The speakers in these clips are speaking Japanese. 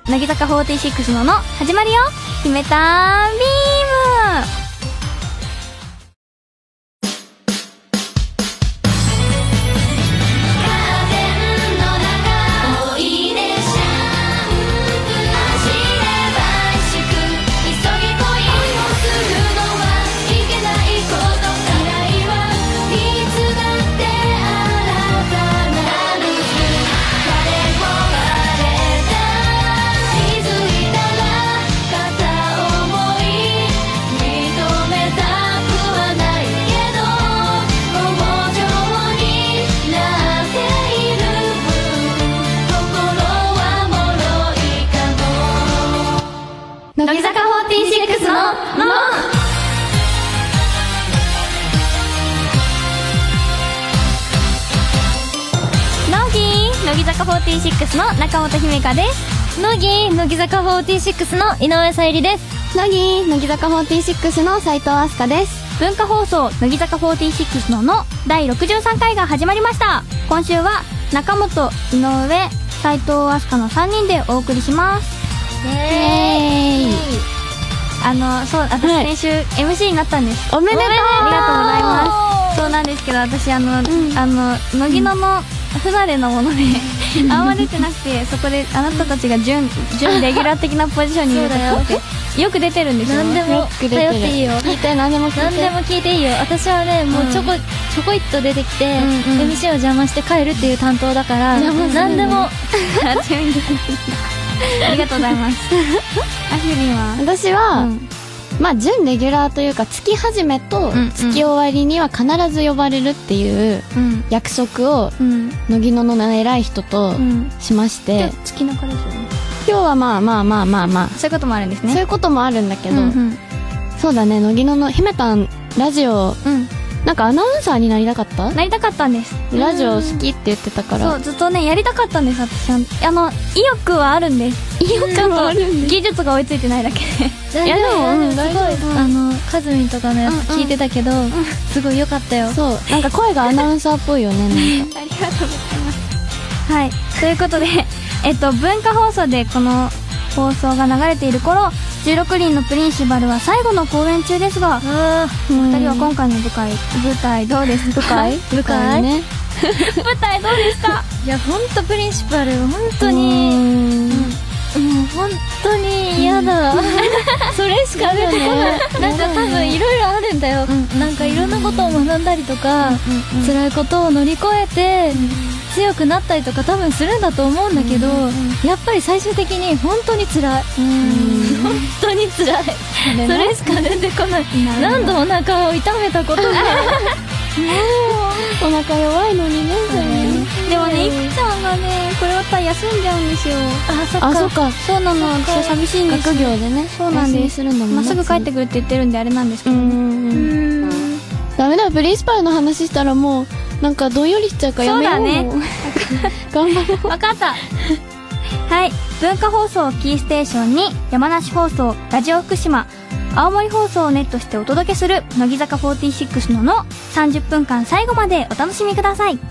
乃木坂46の始まるよ。姫たビーム。乃木坂46の乃木坂46の中本姫香です。 乃木坂46の井上さゆりです。 乃木坂46の斉藤飛鳥です。 文化放送乃木坂46の第63回が始まりました。今週は中本、井上、斉藤飛鳥の3人でお送りします。 イエーイ。 そう、私先週 MC になったんです。 おめでとう。 ありがとうございます。そうなんですけど、私乃木の不慣れなものであんま出てなくて、そこであなたたちが準レギュラー的なポジションにいると思ってよく出てるんですよ。 何でも頼っていいよ。 聞いて、何でも聞いて。 何でも聞いていいよ。私はね、もうちょこいっと出てきて、MC を邪魔して帰るっていう担当だから、何でも。 ありがとうございます。アシュリーは？ 私は、まあ準レギュラーというか、月始めと月終わりには必ず呼ばれるっていう約束を乃木の偉い人としまして、 月中ですよね。 今日はまあそういうこともあるんですね。 そういうこともあるんだけど、そうだね、乃木の姫たんラジオ、なんかアナウンサーになりたかった？ なりたかったんです。 ラジオ好きって言ってたから。 そう、ずっとね、やりたかったんです、私は。意欲はあるんです。 意欲はあるんです。 技術が追いついてないだけで。 いやでも、すごい、カズミンとかのやつ聞いてたけど、すごい良かったよ。 そう、なんか声がアナウンサーっぽいよね、なんか。 ありがとうございます。はい、ということで、文化放送でこの放送が流れている頃、16人のプリンシパルは最後の公演中ですが、お二人は今回の舞台どうですか？ 舞台ね。 舞台どうですか？ いや、ほんとプリンシパル、本当に、もう本当に嫌だ。それしか出てこない。なんか多分いろいろあるんだよ。なんかいろんなことを学んだりとか、辛いことを乗り越えて、強くなったりとか多分するんだと思うんだけど、やっぱり最終的に本当に辛い。本当に辛い。それしか出てこない。何度お腹を痛めたことが。 お腹弱いのにね。 でもね、いくちゃんがね、これ終わったら休んじゃうんですよ。 あ、そっか。 そうなの。私寂しいんです。 学業でね。 そうなんです。まっすぐ帰ってくるって言ってるんであれなんですけどね。 ダメだ、プリンシパルの話したらもうなんかどんよりしちゃうからやめよう。 そうだね。 頑張ろう。 わかった。はい、文化放送をキーステーションに山梨放送、ラジオ福島、青森放送をネットしてお届けする乃木坂46の30分間、最後までお楽しみください。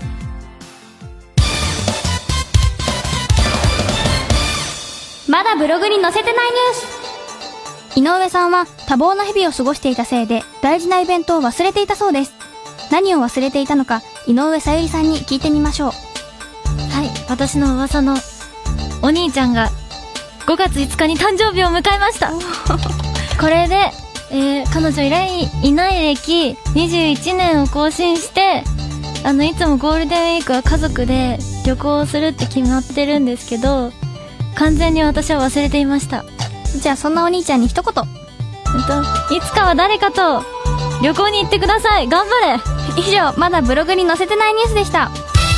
まだブログに載せてないニュース。井上さんは多忙な日々を過ごしていたせいで大事なイベントを忘れていたそうです。何を忘れていたのか、井上さゆりさんに聞いてみましょう。 はい、私の噂のお兄ちゃんが5月5日に誕生日を迎えました。これで、彼女いない歴21年を更新して、いつもゴールデンウィークは家族で旅行をするって決まってるんですけど、完全に私は忘れていました。 じゃあそんなお兄ちゃんに一言。 いつかは誰かと旅行に行ってください。頑張れ。 以上、まだブログに載せてないニュースでした。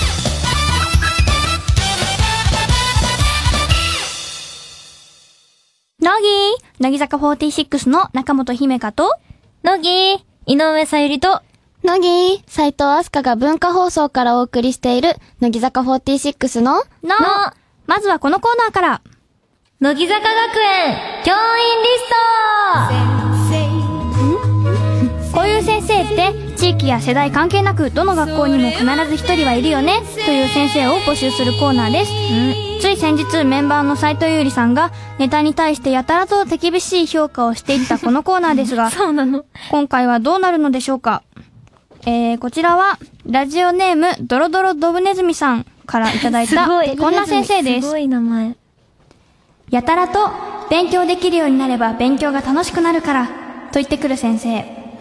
乃木坂46の中本姫香と、 乃木井上さゆりと、 乃木斉藤飛鳥が文化放送からお送りしている乃木坂46のまずはこのコーナーから。 乃木坂学園教員リスト。 こういう先生って地域や世代関係なくどの学校にも必ず一人はいるよねという先生を募集するコーナーです。つい先日メンバーの斉藤優里さんがネタに対してやたらと手厳しい評価をしていったこのコーナーですがそうなの。 今回はどうなるのでしょうか。こちらはラジオネームドロドロドブネズミさんからいただいたこんな先生です。 すごい名前。 やたらと勉強できるようになれば勉強が楽しくなるからと言ってくる先生。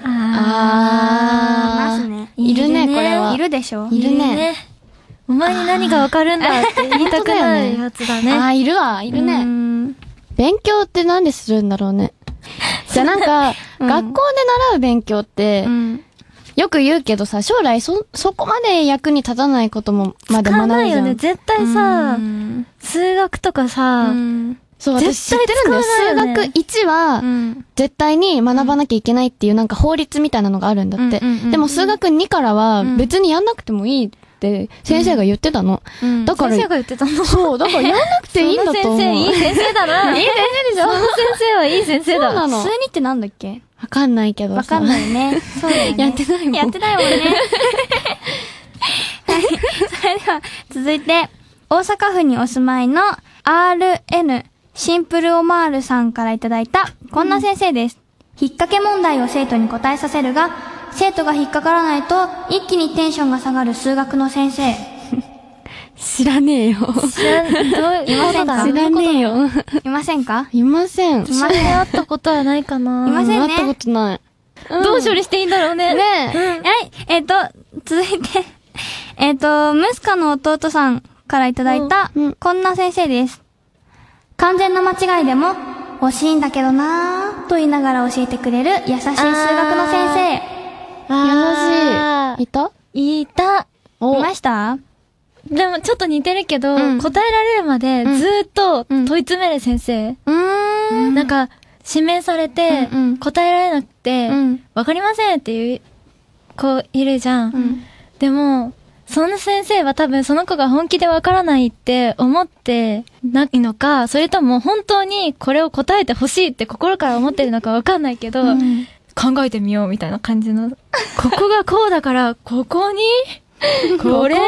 ますね。 いるね、これは。 いるでしょ。 いるね。 お前に何がわかるんだって言いたくなるやつだね。 いるわ、いるね。勉強って何でするんだろうね。じゃあなんか、学校で習う勉強って、よく言うけどさ、将来そこまで役に立たないこともまで学ぶじゃん。 使わないよね。絶対さ、数学とかさ、 そう、私知ってるんだよ。数学1は、絶対に学ばなきゃいけないっていうなんか法律みたいなのがあるんだって。でも数学2からは別にやんなくてもいいって先生が言ってたの。だから。 先生が言ってたの。 そう、だからやんなくていいんだと思う。 その先生、いい先生だな。 いい先生でしょ。 その先生はいい先生だ。 そうなの。 数2ってなんだっけ？ わかんないけどさ。 わかんないね。そうだよね。 やってないもん。 やってないもんね。はい。それでは、続いて、大阪府にお住まいの RN シンプルオマールさんからいただいた、こんな先生です。引っ掛け問題を生徒に答えさせるが、生徒が引っかからないと、一気にテンションが下がる数学の先生。 知らねえよ。 どういうことだ？ 知らねえよ。 いませんか？ いません。 いません。 会ったことはないかな。 いませんね。 会ったことない。 どう処理していいんだろうね。 ねはい。続いて、ムスカの弟さんからいただいた、こんな先生です。完全な間違いでも、惜しいんだけどなぁ、と言いながら教えてくれる優しい数学の先生。 優しい。 いた。 いました？ でもちょっと似てるけど、答えられるまでずーっと問い詰める先生。なんか、指名されて、答えられなくて、わかりませんっていう子いるじゃん。でも、その先生は多分その子が本気でわからないって思ってないのか、それとも本当にこれを答えてほしいって心から思ってるのかわかんないけど、考えてみようみたいな感じの。ここがこうだから、ここにこれで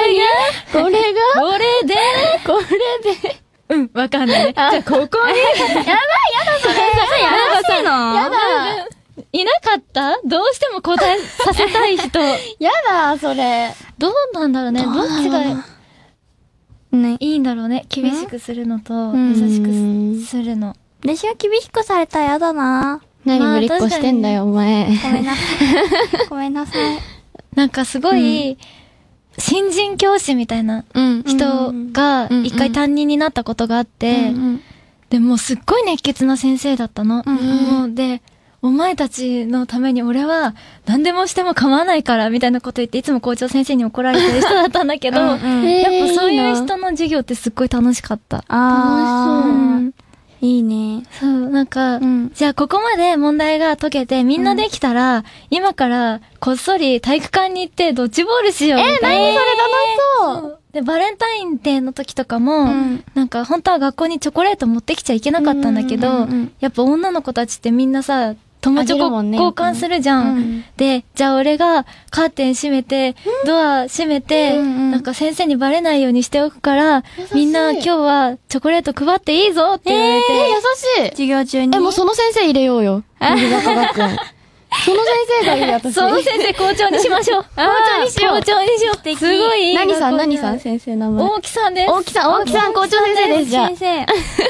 わかんない。じゃあ、ここに。やばい、 それやばいの？ やだ。 いなかった？どうしても答えさせたい人。 やだ、それ。 どうなんだろうね。どっちがいいんだろうね。厳しくするのと、優しくするの。 私は厳しくされたらやだな。 何ぶりっこしてんだよ、お前。 ごめんなさい。ごめんなさい。 なんかすごい、新人教師みたいな人が一回担任になったことがあって、でもすっごい熱血な先生だったの。もうで、お前たちのために俺は何でもしても構わないからみたいなこと言っていつも校長先生に怒られてる人だったんだけど、やっぱそういう人の授業ってすっごい楽しかった。 楽しそう。いいね。 そう、なんか、じゃあここまで問題が解けてみんなできたら、今からこっそり体育館に行ってドッジボールしようみたいな。 何それ楽しそう。 で、バレンタインデーの時とかも、なんか本当は学校にチョコレート持ってきちゃいけなかったんだけど、やっぱ女の子たちってみんなさ、友チョコ交換するじゃん。で、じゃあ俺がカーテン閉めて、ドア閉めて、なんか先生にバレないようにしておくから、みんな今日はチョコレート配っていいぞって言われて。 優しい。 授業中に。 もうその先生入れようよ。乃木坂学園。その先生がいい、私。 その先生校長にしましょう。校長にしよう。校長にしよう。すごいいい。 何さん先生名前。 大木さんです。 大木さん校長先生です、じゃあ。 先生。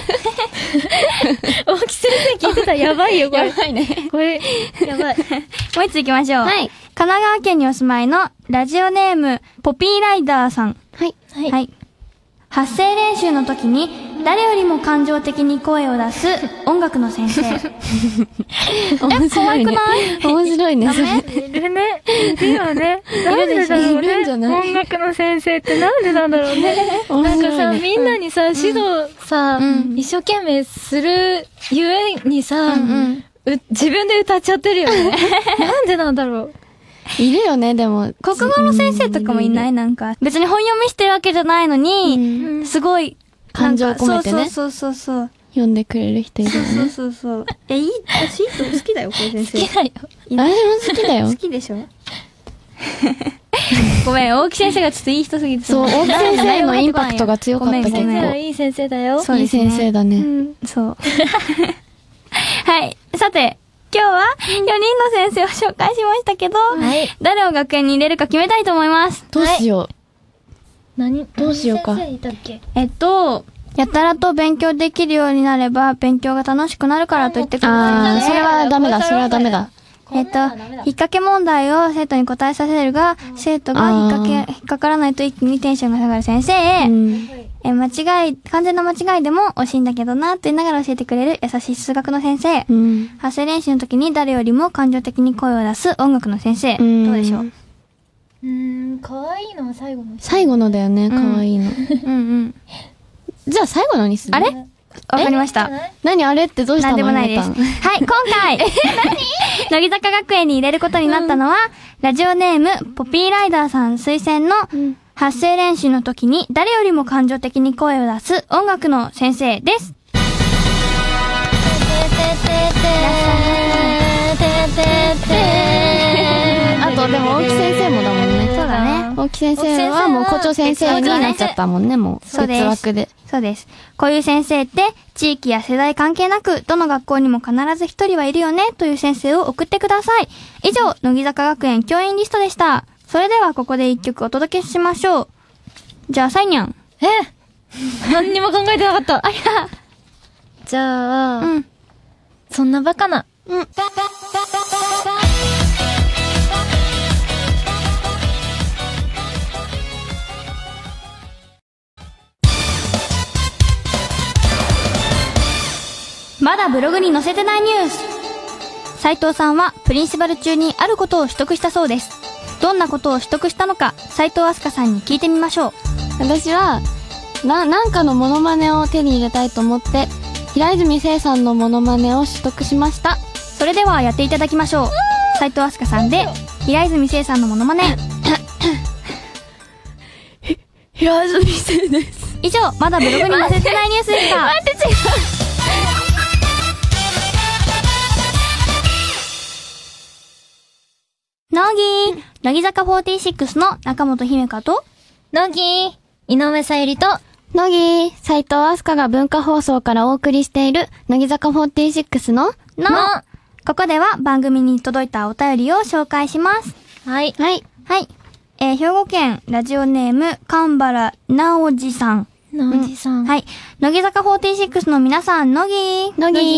大木先生聞いてたらやばいよ、これ。 やばいね。 これ、やばい。 もう一つ行きましょう。はい。神奈川県にお住まいのラジオネーム、ポピーライダーさん。 はい。 はい。発声練習の時に誰よりも感情的に声を出す音楽の先生。 面白いね。面白いね。 いるね。いるよね。なんでだろうね。音楽の先生ってなんでなんだろうね。なんかさ、みんなにさ、指導さ、一生懸命するゆえにさ、自分で歌っちゃってるよね。なんでなんだろう。 いるよね、でも。 国語の先生とかもいない？なんか。別に本読みしてるわけじゃないのに、すごい、 感情込めてね。 そう。 読んでくれる人いるよね。 そう。いい、私好きだよ、この先生。 好きだよ。 私も好きだよ。 好きでしょ？ ごめん、大木先生がちょっといい人すぎて。 そう、大木先生のインパクトが強かったけど。 先生はいい先生だよ。 いい先生だね。 そう。はい。さて、今日は4人の先生を紹介しましたけど、誰を学園に入れるか決めたいと思います。 どうしよう。 どうしようか。 先生いたっけ？ やたらと勉強できるようになれば、勉強が楽しくなるからと言ってください。 それはダメだ、それはダメだ。 引っ掛け問題を生徒に答えさせるが、生徒が引っかからないと一気にテンションが下がる先生。完全な間違いでも惜しいんだけどな、と言いながら教えてくれる優しい数学の先生。発声練習の時に誰よりも感情的に声を出す音楽の先生。どうでしょう？ 可愛いのは最後の。 最後のだよね、可愛いの。じゃあ最後のにする？ あれ？わかりました。 何あれってどうしたの？ なんでもないです。はい、今回乃木坂学園に入れることになったのは、ラジオネームポピーライダーさん推薦の発声練習の時に誰よりも感情的に声を出す音楽の先生です。 あとでも大木先生もだもんね。 そうだね。 大木先生はもう校長先生になっちゃったもんね、もう。別枠で。 そうです。こういう先生って地域や世代関係なくどの学校にも必ず一人はいるよねという先生を送ってください。以上、乃木坂学園教員リストでした。それではここで一曲お届けしましょう。じゃあ、さいにゃん。 何にも考えてなかった。じゃあ、そんなバカな。 まだブログに載せてないニュース。斉藤さんはプリンシパル中にあることを取得したそうです。どんなことを取得したのか、斉藤飛鳥さんに聞いてみましょう。 私は、なんかのモノマネを手に入れたいと思って、平泉聖さんのモノマネを取得しました。 それではやっていただきましょう。斉藤飛鳥さんで、平泉聖さんのモノマネ。 平泉聖です。 以上、まだブログに載せてないニュースでした。 待って、違う。 乃木坂46の中本姫香と、 乃木井上さゆりと、 乃木斉藤飛鳥が文化放送からお送りしている乃木坂46のここでは番組に届いたお便りを紹介します。 はい。 兵庫県ラジオネーム神原直司さん。はい。乃木坂46の皆さん、乃木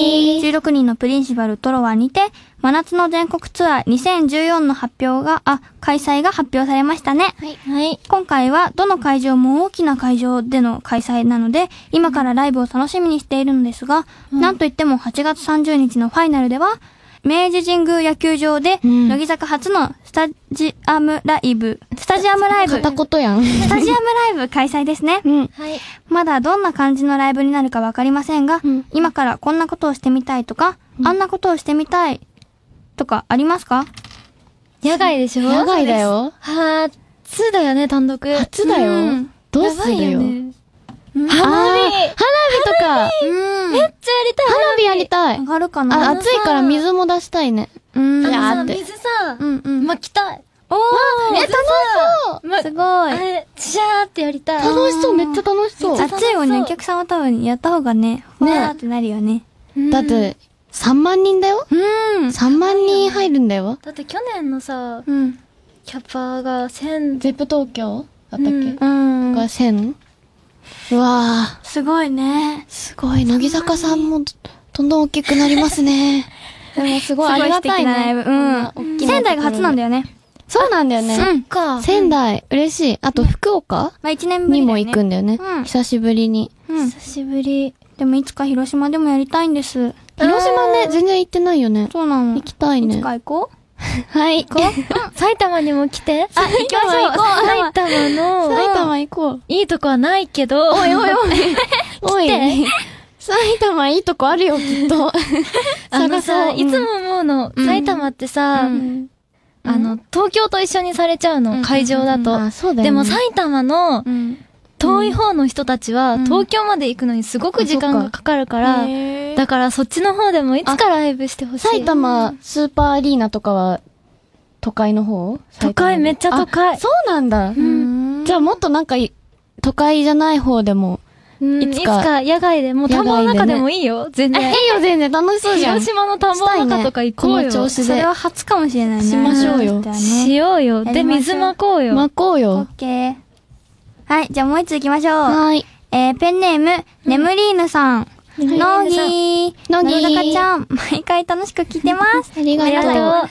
16人のプリンシパルトロワにて、真夏の全国ツアー2014の開催が発表されましたね。 はい。 今回はどの会場も大きな会場での開催なので、今からライブを楽しみにしているのですが、なんといっても8月30日のファイナルでは、明治神宮野球場で、乃木坂初のスタジアムライブ片言やん。 スタジアムライブ開催ですね。まだどんな感じのライブになるかわかりませんが、今からこんなことをしてみたいとか、あんなことをしてみたいとかありますか？ 野外でしょ？ 野外だよ。 初だよね、単独。 初だよ。どうするよ。花火とか。 めっちゃやりたい。 花火やりたい。 上がるかな？ 暑いから水も出したいね。 水さ、巻きたい。 楽しそう。すごい。 シャーってやりたい。 楽しそう、めっちゃ楽しそう。 暑いよね、お客さんは多分やった方がね、ふわーってなるよね。 だって、3万人だよ。3万人入るんだよ。 だって去年のさ、キャパが1000。 ゼップ東京だったっけ？が1000？うわー。すごいね。 すごい。乃木坂さんもどんどん大きくなりますね。でもすごいありがたいね。 仙台が初なんだよね。 そうなんだよね。 そっか。 仙台、嬉しい。あと福岡 1年ぶりにも行くんだよね。久しぶりに。 久しぶり。 でもいつか広島でもやりたいんです。 広島ね、全然行ってないよね。 そうなの。 行きたいね。 いつか行こう。 はい。行こう。埼玉にも来て。 行きましょう。 埼玉行こう。 いいとこはないけど。 おい。埼玉いいとこあるよ、きっと。 さ、いつも思うの。埼玉ってさ、東京と一緒にされちゃうの、会場だと。でも埼玉の、遠い方の人たちは、東京まで行くのにすごく時間がかかるから、だからそっちの方でもいつかライブしてほしい。 埼玉スーパーアリーナとかは、 都会の方？ 都会、めっちゃ都会。 そうなんだ。じゃあもっとなんか、都会じゃない方でも、いつか野外で、もう田んぼの中でもいいよ、全然。 いいよ、全然楽しそうじゃん。 広島の田んぼの中とか行こうよ。 この調子で。 それは初かもしれないね。 しましょうよ。 しようよ。で、水まこうよ。 まこうオッよ。 ケー。はい、じゃあもう一つ行きましょう。 はい。 ペンネーム、ネムリーヌさん。のぎー。 のぎー。 のだかちゃん、毎回楽しく聞いてます。 ありがとう。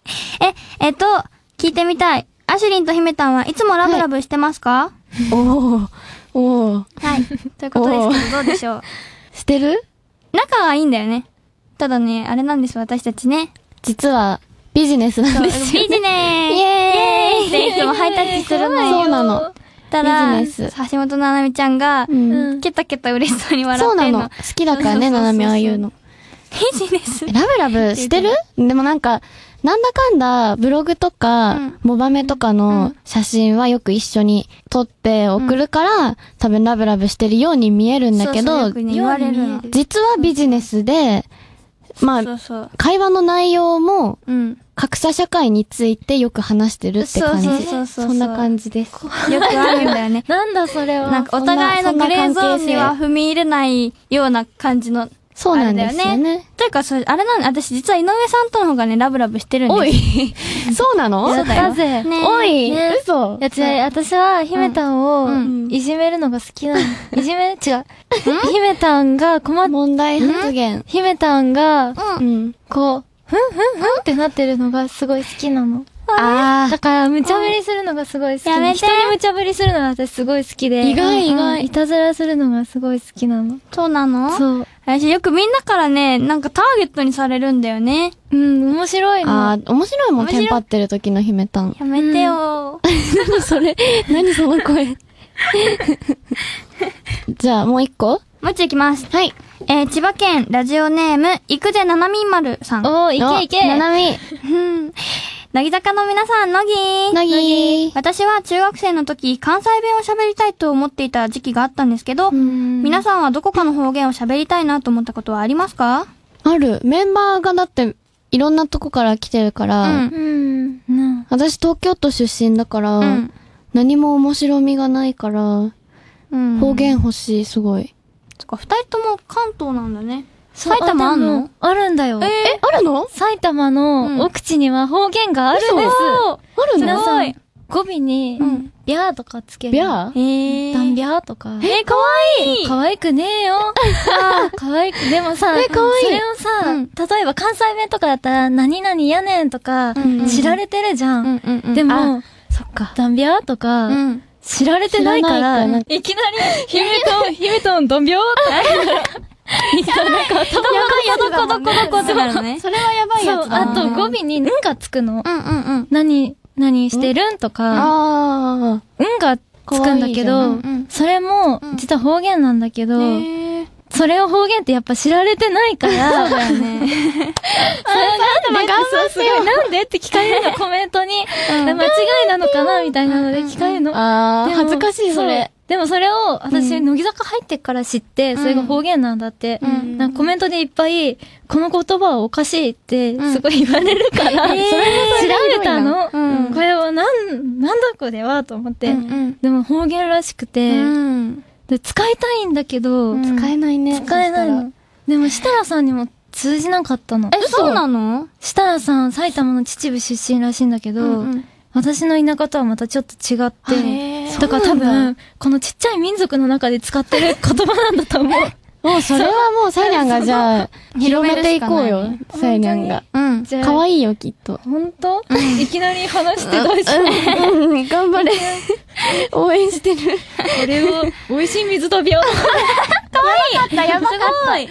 聞いてみたい。アシュリンとヒメタンはいつもラブラブしてますか？ おー。 はい。ということですけど、どうでしょう。 してる？ 仲がいいんだよね。ただね、あれなんです、私たちね。 実は、ビジネスなんですよ。 ビジネーイエーイっていつもハイタッチするのよ。 そうなの。 ただ、 ビジネス橋本ななみちゃんが、ケタケタ嬉しそうに笑ってるの。 そうなの。好きだからね、ななみああいうの。 ビジネス。 ラブラブしてる？でもなんか、なんだかんだ、ブログとか、モバメとかの写真はよく一緒に撮って送るから、多分ラブラブしてるように見えるんだけど、 よくね、言われるの。 実はビジネスで、まあ、会話の内容も、格差社会についてよく話してるって感じ。そんな感じです。 よくあるんだよね。 なんだそれは。 なんかお互いのグレーゾーンには踏み入れないような感じの。 そうなんですよね。 というか、それ、あれなん私実は井上さんとの方がね、ラブラブしてるんです。 おい。そうなの？ やったぜ。 おい。嘘。 いや違う、私は姫たんをいじめるのが好きなの。いじめ違う。姫たんが問題発言。 姫たんが、こう、ふんってなってるのがすごい好きなの。だから、無茶ぶりするのがすごい好き。人に無茶ぶりするのが私すごい好きで。 意外。 いたずらするのがすごい好きなの。 そうなの？ そう。 私よくみんなからね、なんかターゲットにされるんだよね。 面白いの。 面白いもん、テンパってる時の姫たん。 やめてよ何それ？何その声？じゃあ、もう一個？ もう一ついきます。 はい。 千葉県ラジオネーム、いくぜななみんまるさん。 いけ。 ななみ。 乃木坂の皆さん、乃木。私は中学生の時、関西弁を喋りたいと思っていた時期があったんですけど、皆さんはどこかの方言を喋りたいなと思ったことはありますか？ ある。メンバーがだって、いろんなとこから来てるから、私東京都出身だから、何も面白みがないから、方言欲しい、すごい。 そっか、二人とも関東なんだね。埼玉あんの？ あるんだよ。 あるの？ 埼玉の奥地には方言があるんです。 あるの？ 皆さん、語尾に、ビャーとかつける。 ビャー？ ダンビャーとか。 かわいい。 かわいくねえよ。かわいく、でもさ、それをさ、例えば関西弁とかだったら、何々やねんとか、知られてるじゃん。でも、そっか。ダンビャーとか、知られてないから、いきなり、姫とん、ダンビャーって。なんか、どこってなるのね。 それはやばいやつだ。 そう、あと語尾に、んがつくの。何してるんとか、んがつくんだけど、それも、実は方言なんだけど、それを方言ってやっぱ知られてないから、そうだよね。なんでって聞かれるの、コメントに。間違いなのかなみたいなので聞かれるの。 恥ずかしい、それ。 でもそれを、私、乃木坂入ってから知って、それが方言なんだって、なんかコメントでいっぱい、この言葉はおかしいって、すごい言われるから、調べたの。これはなんだこれはと思って。でも方言らしくて、で使いたいんだけど、 使えないね。 使えないの。でも、設楽さんにも通じなかったの。 そうなの？ 設楽さん、埼玉の秩父出身らしいんだけど、私の田舎とはまたちょっと違って、だから多分、このちっちゃい民族の中で使ってる言葉なんだと思う。 もうそれはもうサイニャンがじゃあ、広めていこうよ、サイニャンが。可愛いよ、きっと。 ほんと？いきなり話して大丈夫？ 頑張れ。応援してる。 これを、美味しい水飛びを。 可愛い。やばかった。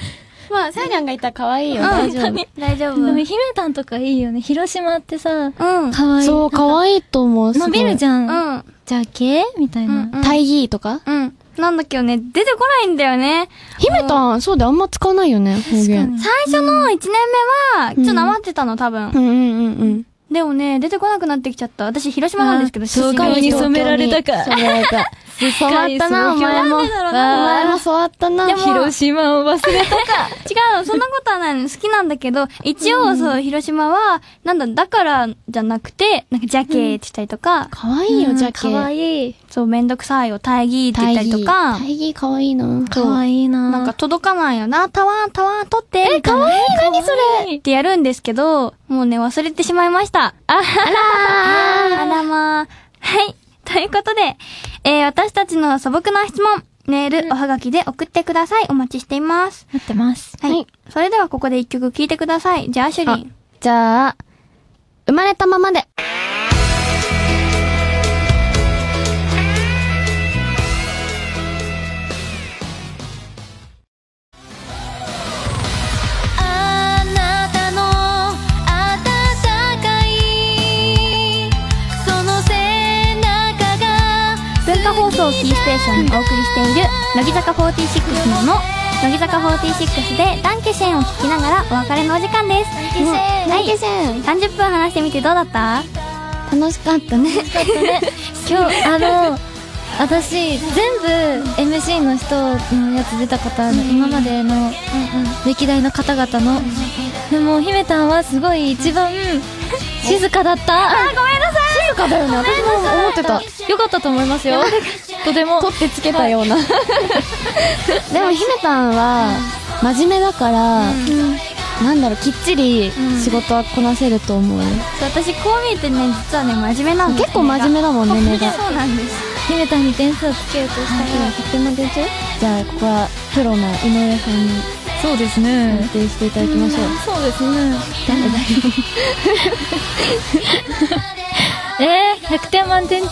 まあ、サイニャンがいたら可愛いよ。大丈夫。 大丈夫。 でも、姫たんとかいいよね。広島ってさ、可愛い。 そう、可愛いと思う。 伸びるじゃん。じゃけみたいな。 大義とか？ なんだけどね、出てこないんだよね。 姫たん、そうだ、あんま使わないよね、方言。 最初の1年目は、ちょっとなまってたの、多分。でもね、出てこなくなってきちゃった。私、広島なんですけど、 そう、顔に染められたか。 染められた。 染まったな、お前も。お前も染まったな。 広島を忘れたか。 違う、そんなことはないの。好きなんだけど、一応、そう、広島は、だからじゃなくて、なんか、ジャケーって言ったりとか。 かわいいよ、ジャケー。 かわいい。 そう、めんどくさいよ、大義って言ったりとか。 大義かわいいな。 かわいいな。 なんか、届かないよな、タワー取って。 かわいい、何それってやるんですけど、もうね、忘れてしまいました。あらまー。はい。ということで、私たちの素朴な質問、メール、おはがきで送ってください。お待ちしています。 待ってます。 はい。それではここで一曲聴いてください。じゃあ、アシュリン。 じゃあ、生まれたままで。 放送キーステーションにお送りしている乃木坂46の乃木坂46でダンケシェンを聞きながらお別れのお時間です。 ダンケシェン。 30分話してみてどうだった？ 楽しかったね。 今日私全部 MC の人のやつ出た方の今までの歴代の方々のでも姫たんはすごい一番静かだった。 ごめんなさい。 静かだよね。私も思ってた。 よかったと思いますよ。とても取ってつけたような。でも姫たんは真面目だから、なんだろう、きっちり仕事はこなせると思う。 私こう見えてね、実はね、真面目なんです。 結構真面目だもんね、目が。 そうなんです。 姫たんに点数をつけるとしたら 100点満点中？じゃあここはプロな井上さんにそうですね判定していただきましょう。 そうですね。 誰だよ。 100点満点中。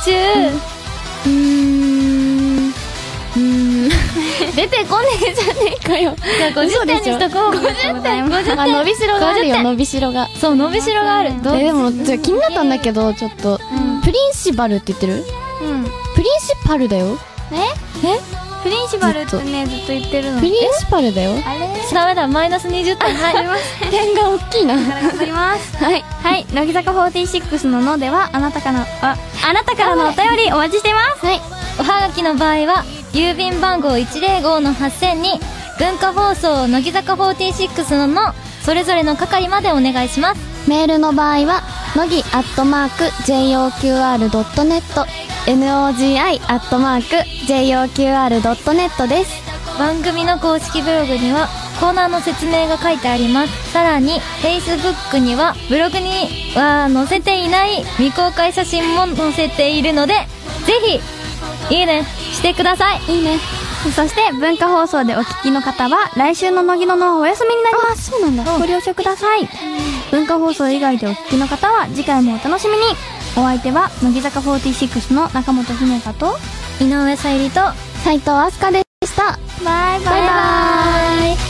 出てこねえじゃねえかよ。 じゃあ50点にしとこう。 50点。 伸びしろがあるよ、伸びしろが。 そう、伸びしろがある。 でも気になったんだけど、ちょっとプリンシバルって言ってる？プリンシパルだよ。 プリンシバルってね、ずっと言ってるの。 プリンシパルだよ。 あれダメだ、マイナス20点入ります。 点が大きいな。 頑張ります。はい。はい。乃木坂46ののでは、あなたからのお便りお待ちしています。 はい。おはがきの場合は、郵便番号 105-8000 に、文化放送乃木坂46のそれぞれの係までお願いします。 メールの場合は、nogi@joqr.net nogi@joqr.net です。 番組の公式ブログにはコーナーの説明が書いてあります。さらに Facebook にはブログには載せていない未公開写真も載せているので、ぜひいいねしてください。 いいね。 そして文化放送でお聞きの方は来週の乃木ののはお休みになります。 そうなんだ。 ご了承ください。文化放送以外でお聞きの方は次回もお楽しみに。お相手は乃木坂46の中本姫香と井上さゆりと斉藤飛鳥でした。 バイバイ。 バイバイ。